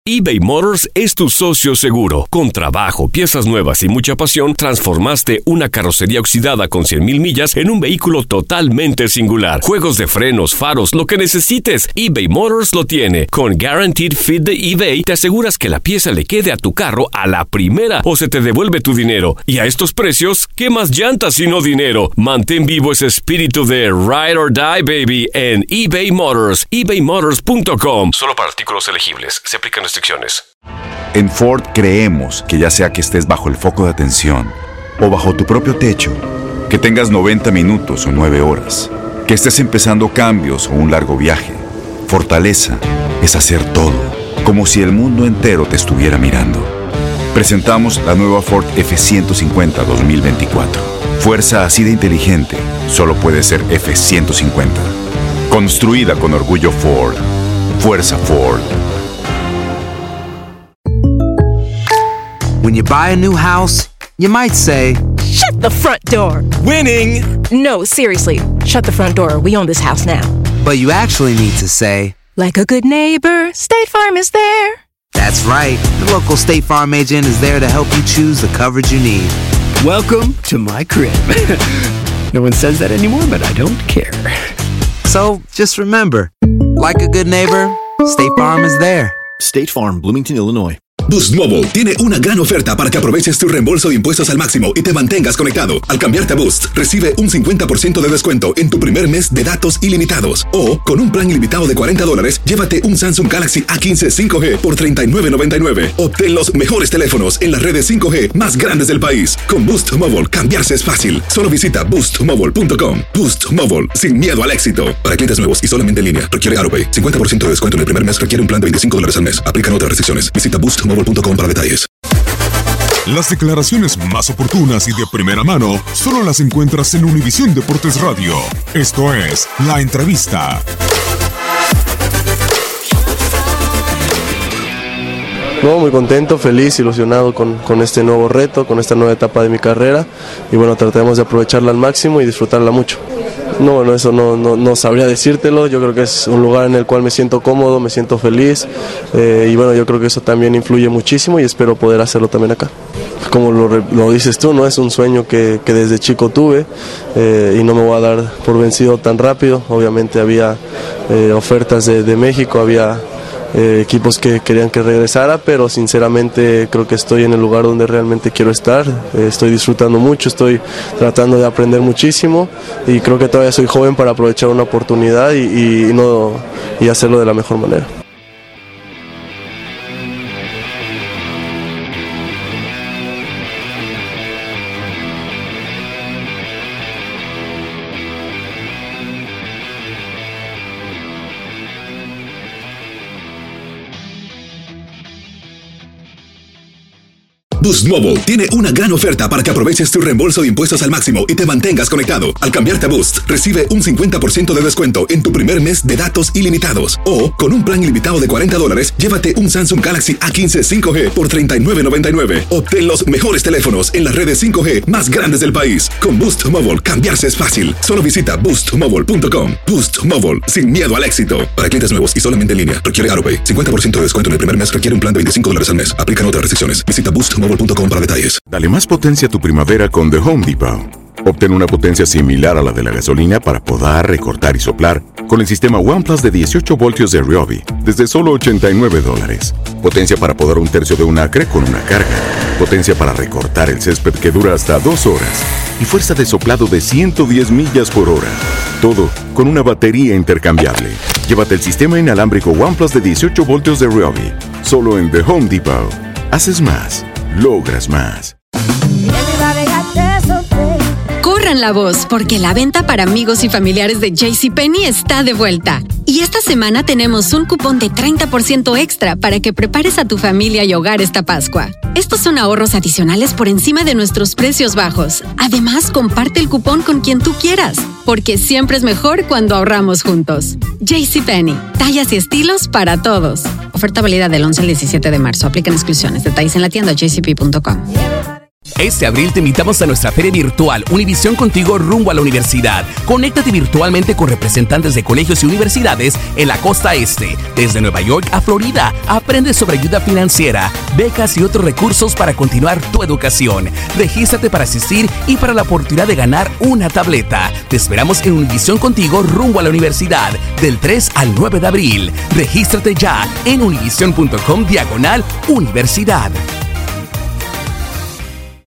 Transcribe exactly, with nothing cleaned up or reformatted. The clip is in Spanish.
eBay Motors es tu socio seguro. Con trabajo, piezas nuevas y mucha pasión, transformaste una carrocería oxidada con cien mil millas en un vehículo totalmente singular. Juegos de frenos, faros, lo que necesites, eBay Motors lo tiene. Con Guaranteed Fit de eBay, te aseguras que la pieza le quede a tu carro a la primera o se te devuelve tu dinero. Y a estos precios, ¿qué más llantas sino dinero? Mantén vivo ese espíritu de Ride or Die, baby, en eBay Motors. ebay motors punto com. Solo para artículos elegibles. Se aplican restricciones. En Ford creemos que ya sea que estés bajo el foco de atención o bajo tu propio techo, que tengas noventa minutos o nueve horas, que estés empezando cambios o un largo viaje, fortaleza es hacer todo, como si el mundo entero te estuviera mirando. Presentamos la nueva Ford F ciento cincuenta dos mil veinticuatro. Fuerza así de inteligente solo puede ser F ciento cincuenta. Construida con orgullo Ford. Fuerza Ford. When you buy a new house, you might say, "Shut the front door." Winning! No, seriously. Shut the front door. We own this house now. But you actually need to say, like a good neighbor, State Farm is there. That's right. The local State Farm agent is there to help you choose the coverage you need. Welcome to my crib. No one says that anymore, but I don't care. So, just remember, like a good neighbor, State Farm is there. State Farm, Bloomington, Illinois. Boost Mobile tiene una gran oferta para que aproveches tu reembolso de impuestos al máximo y te mantengas conectado. Al cambiarte a Boost, recibe un cincuenta por ciento de descuento en tu primer mes de datos ilimitados. O, con un plan ilimitado de cuarenta dólares, llévate un Samsung Galaxy A quince cinco G por treinta y nueve noventa y nueve. Obtén los mejores teléfonos en las redes cinco G más grandes del país. Con Boost Mobile, cambiarse es fácil. Solo visita boost mobile punto com. Boost Mobile, sin miedo al éxito. Para clientes nuevos y solamente en línea, requiere AutoPay. cincuenta por ciento de descuento en el primer mes, requiere un plan de veinticinco dólares al mes. Aplican otras restricciones. Visita boost mobile punto com para detalles. Las declaraciones más oportunas y de primera mano solo las encuentras en Univisión Deportes Radio. Esto es La Entrevista. No, muy contento, feliz, ilusionado con, con este nuevo reto, con esta nueva etapa de mi carrera y bueno, tratemos de aprovecharla al máximo y disfrutarla mucho. No, bueno, eso no, no, no sabría decírtelo, yo creo que es un lugar en el cual me siento cómodo, me siento feliz eh, y bueno, yo creo que eso también influye muchísimo y espero poder hacerlo también acá. Como lo, lo dices tú, ¿no? Es un sueño que, que desde chico tuve eh, y no me voy a dar por vencido tan rápido. Obviamente había eh, ofertas de, de México, había eh, equipos que querían que regresara, pero sinceramente creo que estoy en el lugar donde realmente quiero estar. Eh, estoy disfrutando mucho, estoy tratando de aprender muchísimo y creo que todavía soy joven para aprovechar una oportunidad y, y, no, y hacerlo de la mejor manera. Boost Mobile tiene una gran oferta para que aproveches tu reembolso de impuestos al máximo y te mantengas conectado. Al cambiarte a Boost, recibe un cincuenta por ciento de descuento en tu primer mes de datos ilimitados. O, con un plan ilimitado de cuarenta dólares, llévate un Samsung Galaxy A quince cinco G por treinta y nueve noventa y nueve. Obtén los mejores teléfonos en las redes cinco G más grandes del país. Con Boost Mobile, cambiarse es fácil. Solo visita boost mobile punto com. Boost Mobile, sin miedo al éxito. Para clientes nuevos y solamente en línea, requiere AutoPay. cincuenta por ciento de descuento en el primer mes, requiere un plan de veinticinco dólares al mes. Aplican otras restricciones. Visita boost mobile punto com para detalles. Dale más potencia a tu primavera con The Home Depot. Obtén una potencia similar a la de la gasolina para podar, recortar y soplar con el sistema OnePlus de dieciocho voltios de Ryobi desde solo ochenta y nueve dólares. Potencia para podar un tercio de un acre con una carga. Potencia para recortar el césped que dura hasta dos horas. Y fuerza de soplado de ciento diez millas por hora. Todo con una batería intercambiable. Llévate el sistema inalámbrico OnePlus de dieciocho voltios de Ryobi. Solo en The Home Depot. Haces más. Logras más. Corran la voz, porque la venta para amigos y familiares de JCPenney está de vuelta. Y esta semana tenemos un cupón de treinta por ciento extra para que prepares a tu familia y hogar esta Pascua. Estos son ahorros adicionales por encima de nuestros precios bajos. Además, comparte el cupón con quien tú quieras, porque siempre es mejor cuando ahorramos juntos. JCPenney, tallas y estilos para todos. Oferta válida del once al diecisiete de marzo. Aplican exclusiones. Detalles en la tienda j c p punto com. Este abril te invitamos a nuestra feria virtual Univisión Contigo rumbo a la universidad. Conéctate virtualmente con representantes de colegios y universidades en la costa este, desde Nueva York a Florida. Aprende sobre ayuda financiera, becas y otros recursos para continuar tu educación. Regístrate para asistir y para la oportunidad de ganar una tableta. Te esperamos en Univisión Contigo rumbo a la universidad del tres al nueve de abril. Regístrate ya en univision punto com diagonal universidad.